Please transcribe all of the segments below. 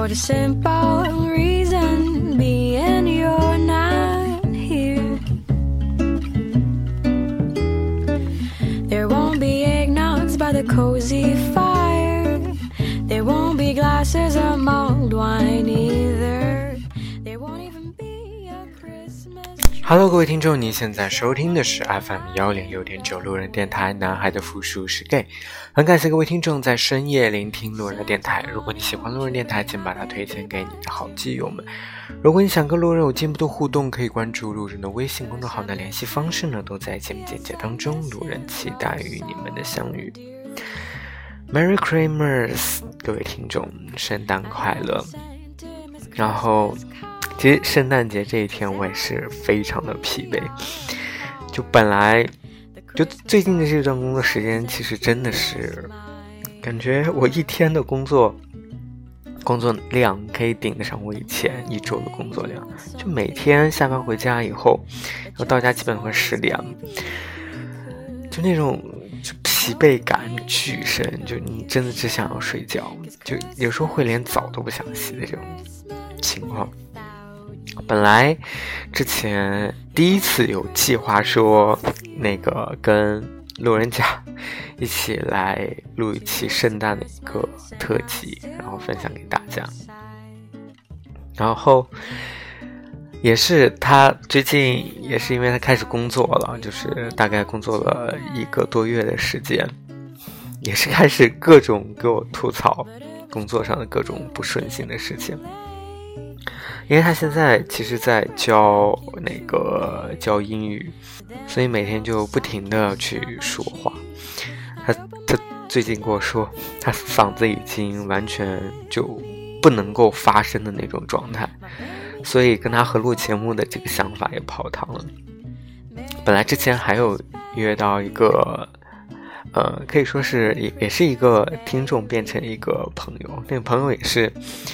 for the simple reason being you're not here. There won't be eggnogs by the cozy fire. There won't be glasses of mulled wine either. There won't even be a Christmas。Hello， 各位听众，您现在收听的是 FM106.9 路人电台，男孩的复数是 gay。很感谢各位听众在深夜聆听路人的电台。如果你喜欢路人电台，请把它推荐给你的好基友们。如果你想跟路人有进一步的互动，可以关注路人的微信公众号，的联系方式呢都在节目简介当中。路人期待与你们的相遇。Merry Christmas， 各位听众，圣诞快乐。然后其实圣诞节这一天我也是非常的疲惫，就本来就最近的这段工作时间，其实真的是感觉我一天的工作量可以顶得上我以前一周的工作量。就每天下班回家以后，然后到家基本上会10点，就那种就疲惫感巨深，就你真的只想要睡觉，就有时候会连澡都不想洗的这种情况。本来之前第一次有计划说那个跟路人甲一起来录一期圣诞的一个特辑，然后分享给大家。然后也是他最近也是因为他开始工作了，就是大概工作了1个多月的时间，也是开始各种给我吐槽工作上的各种不顺心的事情。因为他现在其实在教英语，所以每天就不停的去说话。他最近跟我说，他嗓子已经完全就不能够发声的那种状态，所以跟他合录节目的这个想法也泡汤了。本来之前还有约到一个可以说是也是一个听众变成一个朋友，那个朋友也是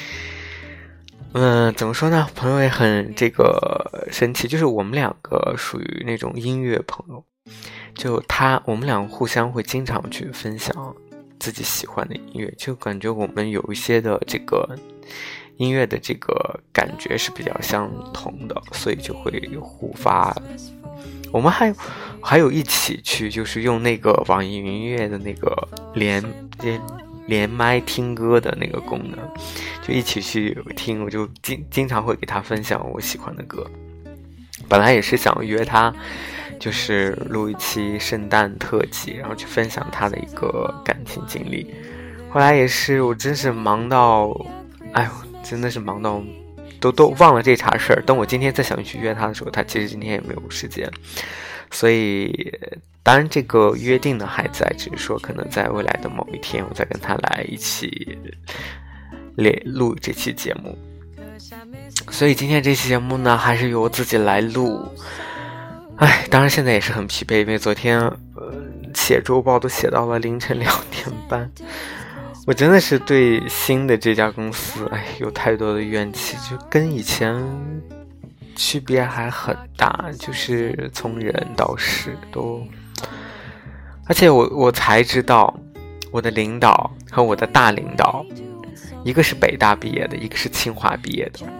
怎么说呢？朋友也很这个神奇，就是我们两个属于那种音乐朋友，就我们俩互相会经常去分享自己喜欢的音乐，就感觉我们有一些的这个音乐的这个感觉是比较相同的，所以就会互发。我们还有一起去就是用那个网易云音乐的那个连麦听歌的那个功能，就一起去听，我就经常会给他分享我喜欢的歌。本来也是想约他就是录一期圣诞特辑，然后去分享他的一个感情经历。后来也是我真是忙到真的是忙到都忘了这茬事儿。等我今天再想去约他的时候，他其实今天也没有时间。所以当然这个约定呢还在，只是说可能在未来的某一天我再跟他来一起录这期节目。所以今天这期节目呢还是由我自己来录。当然现在也是很疲惫，因为昨天写周报都写到了凌晨2点半。我真的是对新的这家公司有太多的怨气，就跟以前区别还很大，就是从人到事都，而且我才知道我的领导和我的大领导，一个是北大毕业的，一个是清华毕业的。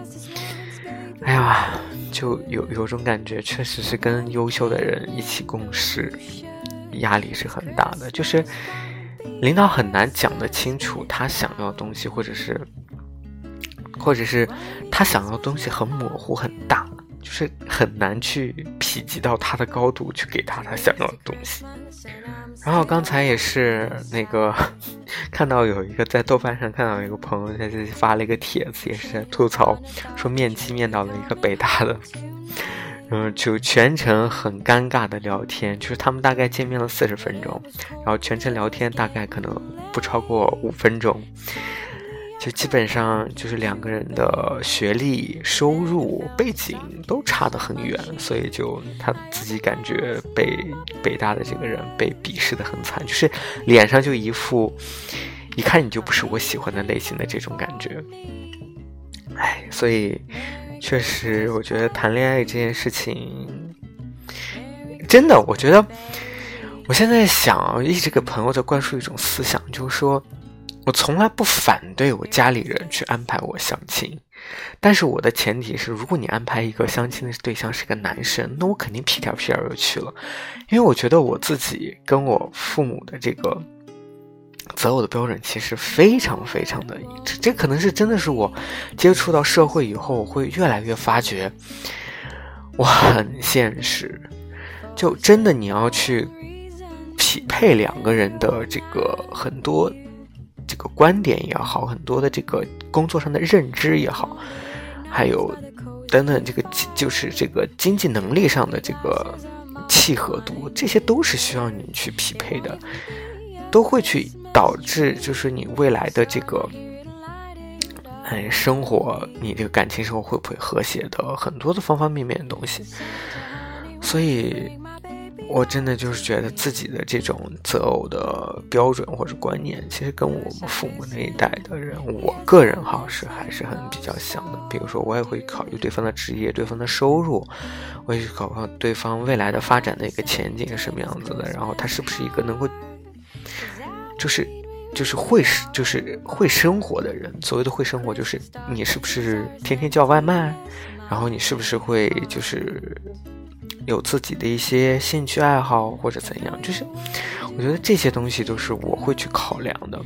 就有种感觉，确实是跟优秀的人一起共事，压力是很大的。就是领导很难讲得清楚他想要的东西，或者是他想要的东西很模糊很大，就是很难去匹及到他的高度去给他想要的东西。然后刚才也是那个看到有一个在豆瓣上看到有一个朋友在这里发了一个帖子，也是在吐槽说面基面到了一个北大的，就全程很尴尬的聊天，就是他们大概见面了40分钟，然后全程聊天大概可能不超过5分钟，就基本上就是2个人的学历、收入、背景都差得很远，所以就他自己感觉被北大的这个人被鄙视得很惨，就是脸上就一副一看你就不是我喜欢的类型的这种感觉。所以确实我觉得谈恋爱这件事情真的，我觉得我现在想一直给朋友在灌输一种思想，就是说我从来不反对我家里人去安排我相亲，但是我的前提是，如果你安排一个相亲的对象是个男生，那我肯定屁颠屁颠就去了，因为我觉得我自己跟我父母的这个择偶的标准其实非常非常的一致，这可能是真的是我接触到社会以后，我会越来越发觉我很现实，就真的你要去匹配两个人的这个很多这个观点也好，很多的这个工作上的认知也好，还有等等这个就是这个经济能力上的这个契合度，这些都是需要你去匹配的，都会去导致就是你未来的这个生活，你这个感情生活会不会和谐的很多的方方面面的东西。所以我真的就是觉得自己的这种择偶的标准或者观念，其实跟我们父母那一代的人，我个人还是很比较像的。比如说我也会考虑对方的职业，对方的收入，我也去考虑对方未来的发展的一个前景是什么样子的，然后他是不是一个能够就是会生活的人。所谓的会生活，就是你是不是天天叫外卖，然后你是不是会就是有自己的一些兴趣爱好或者怎样，就是我觉得这些东西都是我会去考量的。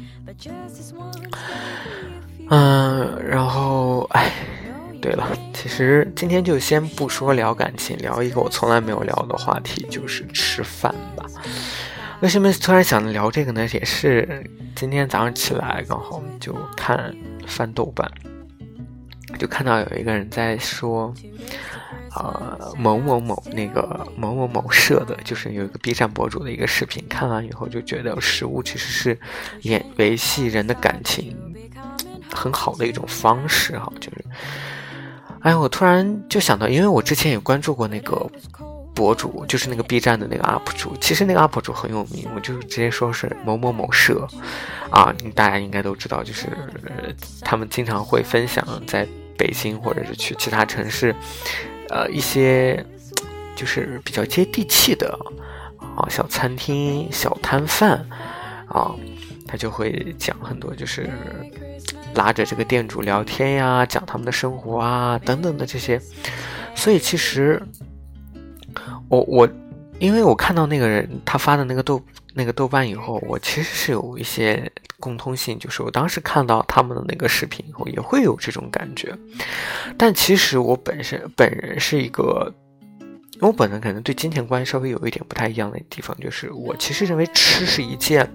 然后对了，其实今天就先不说聊感情，聊一个我从来没有聊的话题，就是吃饭吧。为什么突然想聊这个呢？也是今天早上起来刚好就翻豆瓣，就看到有一个人在说某某某那个某某某社的，就是有一个 B 站博主的一个视频，看完以后就觉得食物其实是维系人的感情很好的一种方式哈。就是我突然就想到，因为我之前也关注过那个博主，就是那个 B 站的那个 UP 主，其实那个 UP 主很有名，我就直接说是某某某社大家应该都知道，就是他们经常会分享在北京或者是去其他城市一些就是比较接地气的小餐厅小摊贩他就会讲很多，就是拉着这个店主聊天呀，讲他们的生活等等的这些。所以其实我因为我看到那个人他发的那个豆瓣以后，我其实是有一些共通性，就是我当时看到他们的那个视频以后也会有这种感觉。但其实我本人是一个，因为我本人可能对金钱观稍微有一点不太一样的地方，就是我其实认为吃是一件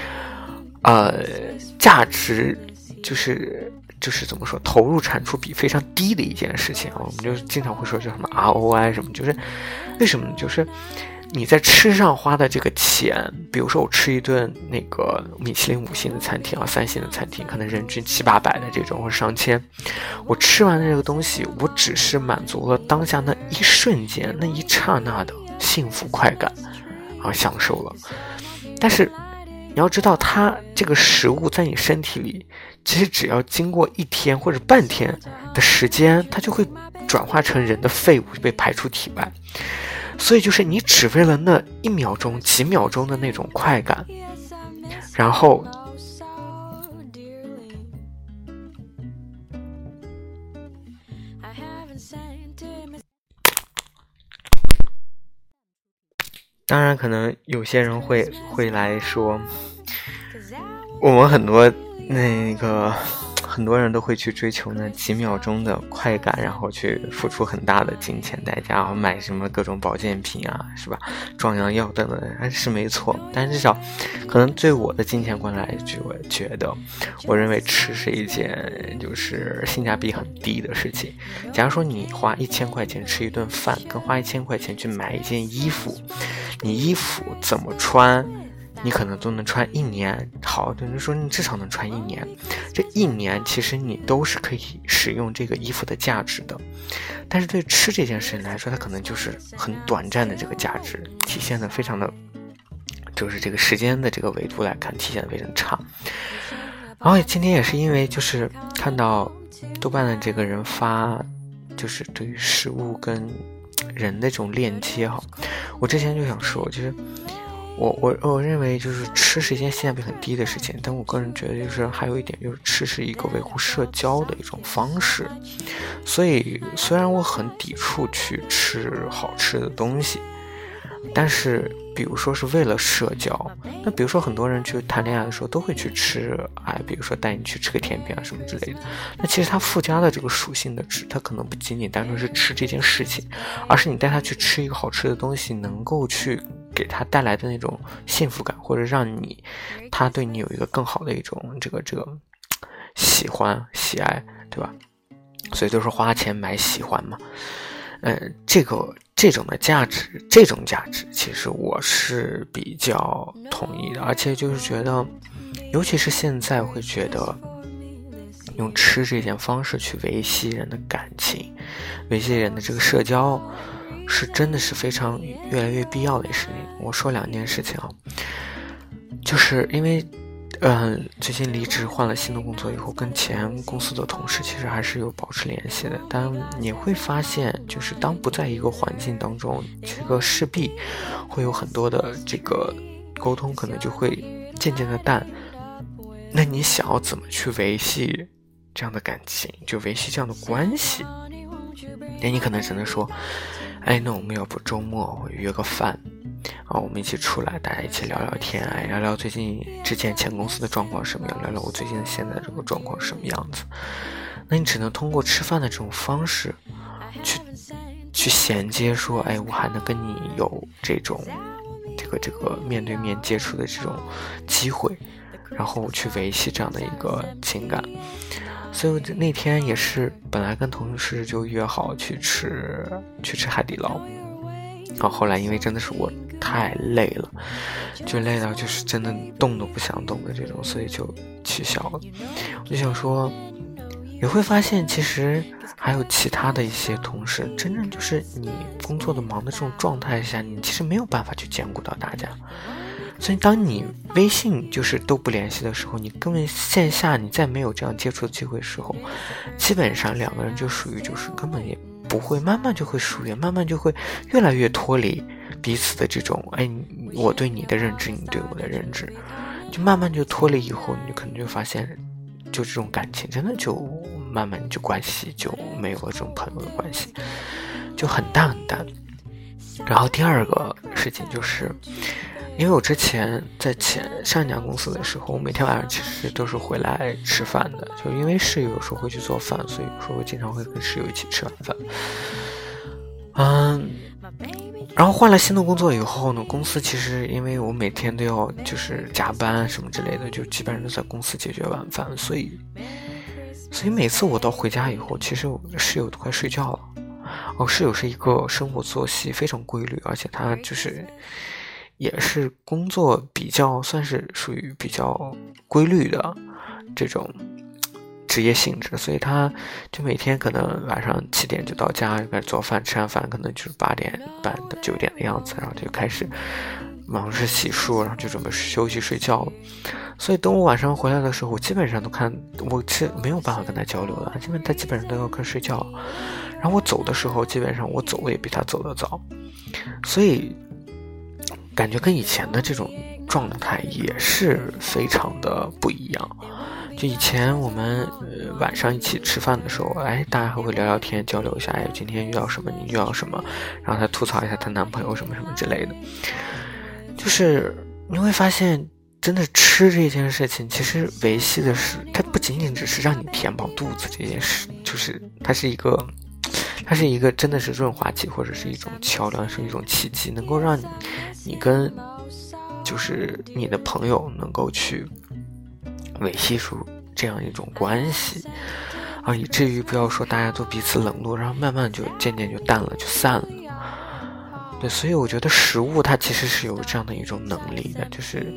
价值就是怎么说，投入产出比非常低的一件事情我们就经常会说叫什么 ROI 什么，就是为什么呢？就是你在吃上花的这个钱，比如说我吃一顿那个米其林5星的餐厅3星的餐厅，可能人均700-800的这种或者上千，我吃完的这个东西，我只是满足了当下那一瞬间那一刹那的幸福快感享受了。但是你要知道，它这个食物在你身体里，其实只要经过1天或者半天的时间，它就会转化成人的废物，被排出体外。所以就是你只为了那1秒钟、几秒钟的那种快感，然后当然可能有些人会来说，我们很多人都会去追求那几秒钟的快感，然后去付出很大的金钱代价，然后买什么各种保健品是吧，壮阳药等等，是没错。但至少可能对我的金钱观来觉得，我认为吃是一件就是性价比很低的事情。假如说你花1000块钱吃一顿饭，跟花1000块钱去买一件衣服，你衣服怎么穿你可能都能穿1年，好，等于说你至少能穿1年，这1年其实你都是可以使用这个衣服的价值的。但是对吃这件事情来说，它可能就是很短暂的这个价值，体现的非常的，就是这个时间的这个维度来看体现的非常差。然后今天也是因为就是看到豆瓣的这个人发，就是对于食物跟人的这种链接我之前就想说，就是我认为就是吃是一件性价比很低的事情，但我个人觉得就是还有一点就是吃是一个维护社交的一种方式，所以虽然我很抵触去吃好吃的东西，但是比如说是为了社交，那比如说很多人去谈恋爱的时候都会去吃，比如说带你去吃个甜品啊什么之类的，那其实它附加的这个属性的它可能不仅仅单纯是吃这件事情，而是你带他去吃一个好吃的东西，能够去给他带来的那种幸福感，或者让他对你有一个更好的一种这个喜欢喜爱，对吧？所以都是花钱买喜欢嘛。这种价值，其实我是比较同意的，而且就是觉得，尤其是现在会觉得，用吃这件方式去维系人的感情，维系人的这个社交，是真的是非常越来越必要的事情。我说2件事情啊，就是因为最近离职换了新的工作以后，跟前公司的同事其实还是有保持联系的，但你会发现就是当不在一个环境当中，这个势必会有很多的这个沟通可能就会渐渐的淡。那你想要怎么去维系这样的感情，就维系这样的关系，那你可能只能说那我们要不周末我约个饭我们一起出来，大家一起聊聊天，聊聊最近之前前公司的状况什么样，聊聊我最近现在这个状况什么样子。那你只能通过吃饭的这种方式去衔接，说我还能跟你有这种这个面对面接触的这种机会，然后去维系这样的一个情感。所以那天也是本来跟同事就约好去吃海底捞，然后后来因为真的是我太累了，就累到就是真的动都不想动的这种，所以就取消了。我就想说，也会发现其实还有其他的一些同事，真正就是你工作的忙的这种状态下，你其实没有办法去兼顾到大家。所以当你微信就是都不联系的时候，你根本线下你再没有这样接触的机会的时候，基本上2个人就属于就是根本也不会，慢慢就会疏远，慢慢就会越来越脱离彼此的这种我对你的认知，你对我的认知，就慢慢就脱离以后，你就可能就发现就这种感情真的就慢慢就关系就没有了这种朋友的关系，就很淡很淡。然后第2个事情就是因为我之前在上一家公司的时候，我每天晚上其实都是回来吃饭的，就因为室友有时候会去做饭，所以有时候经常会跟室友一起吃晚饭。然后换了新的工作以后呢，公司其实因为我每天都要就是加班什么之类的，就基本上都在公司解决晚饭，所以每次我到回家以后，其实我室友都快睡觉了。室友是一个生活作息非常规律，而且他就是也是工作比较算是属于比较规律的这种职业性质，所以他就每天可能晚上7点就到家，就开始做饭，吃完饭可能就是8点半到9点的样子，然后就开始忙着洗漱，然后就准备休息睡觉了。所以等我晚上回来的时候，我基本上都我其实没有办法跟他交流了，他基本上都要跟睡觉了。然后我走的时候，基本上我走也比他走得早，所以感觉跟以前的这种状态也是非常的不一样。就以前我们晚上一起吃饭的时候，大家还会聊聊天，交流一下，今天遇到什么，你遇到什么，然后她吐槽一下她男朋友什么什么之类的。就是你会发现，真的吃这件事情，其实维系的是，它不仅仅只是让你填饱肚子这件事，就是它是一个真的是润滑剂，或者是一种桥梁，是一种契机，能够让你跟就是你的朋友能够去维系出这样一种关系以至于不要说大家都彼此冷落，然后慢慢就渐渐就淡了，就散了。对，所以我觉得食物它其实是有这样的一种能力的，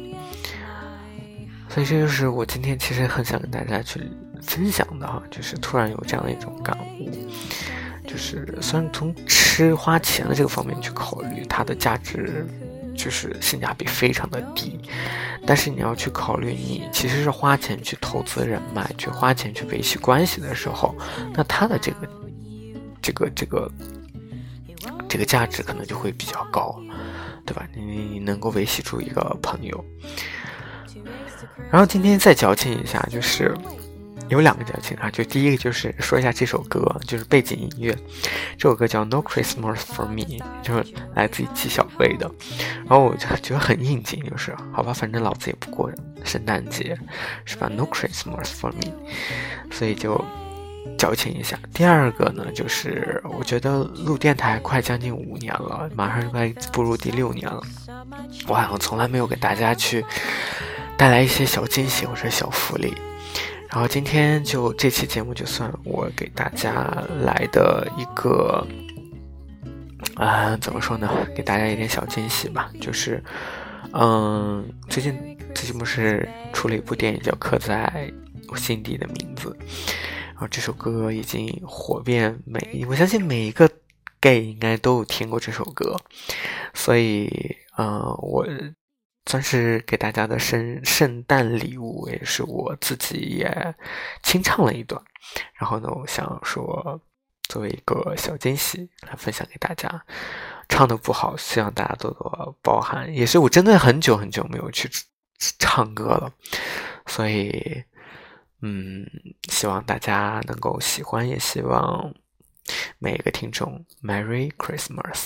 所以这就是我今天其实很想跟大家去分享的就是突然有这样的一种感悟，就是虽然从花钱的这个方面去考虑，它的价值就是性价比非常的低，但是你要去考虑你其实是花钱去投资人脉，去花钱去维系关系的时候，那它的这个价值可能就会比较高。 对吧？你能够维系住一个朋友。然后今天再矫情一下，就是有2个矫情啊，就第一个就是说一下这首歌，就是背景音乐，这首歌叫 No Christmas for Me， 就是来自于纪晓薇的。然后我就觉得很应景，就是好吧，反正老子也不过圣诞节，是吧？ No Christmas for Me， 所以就矫情一下。第二个呢，就是我觉得录电台快将近5年了，马上就快步入第6年了，我好像从来没有给大家去带来一些小惊喜或者小福利。然后今天就这期节目就算我给大家来的一个怎么说呢，给大家一点小惊喜吧。就是最近不是出了一部电影叫《刻在我心底的名字》，然后这首歌已经火遍我相信每一个 gay 应该都有听过这首歌，所以我算是给大家的圣诞礼物，也是我自己也清唱了一段。然后呢，我想说作为一个小惊喜来分享给大家，唱得不好希望大家多多包涵，也是我真的很久没有去唱歌了，所以希望大家能够喜欢，也希望每一个听众 Merry Christmas。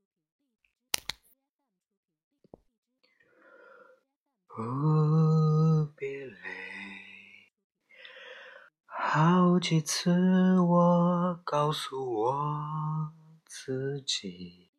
别累，好几次我告诉我自己，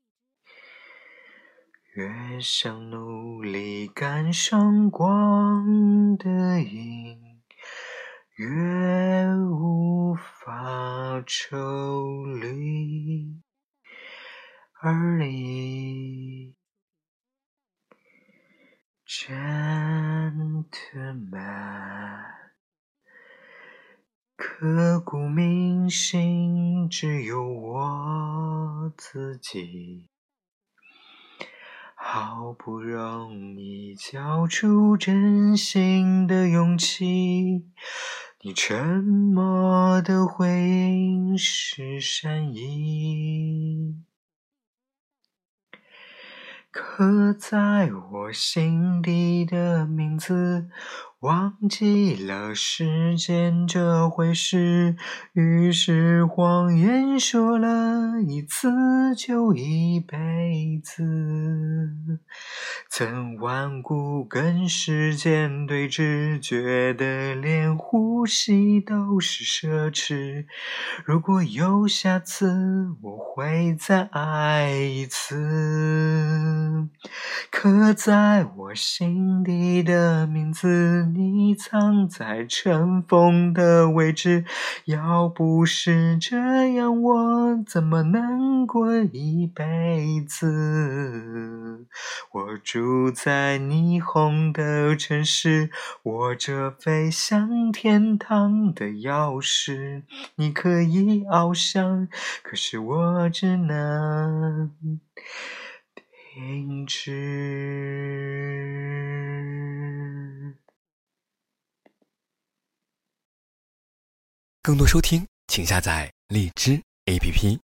越想努力赶上光的影，越无法抽离，而你Gentleman， 刻骨铭心只有我自己，好不容易交出真心的勇气，你沉默的回应是善意，刻在我心底的名字，忘记了时间这回事，于是谎言说了一次就一辈子，曾顽固跟时间对峙，觉得连呼吸都是奢侈，如果有下次我会再爱一次，刻在我心底的名字，你藏在尘封的位置，要不是这样我怎么能过一辈子，我住在霓虹的城市，握着飞向天堂的钥匙，你可以翱翔，可是我只能停止。 更多收听请下载荔枝 APP。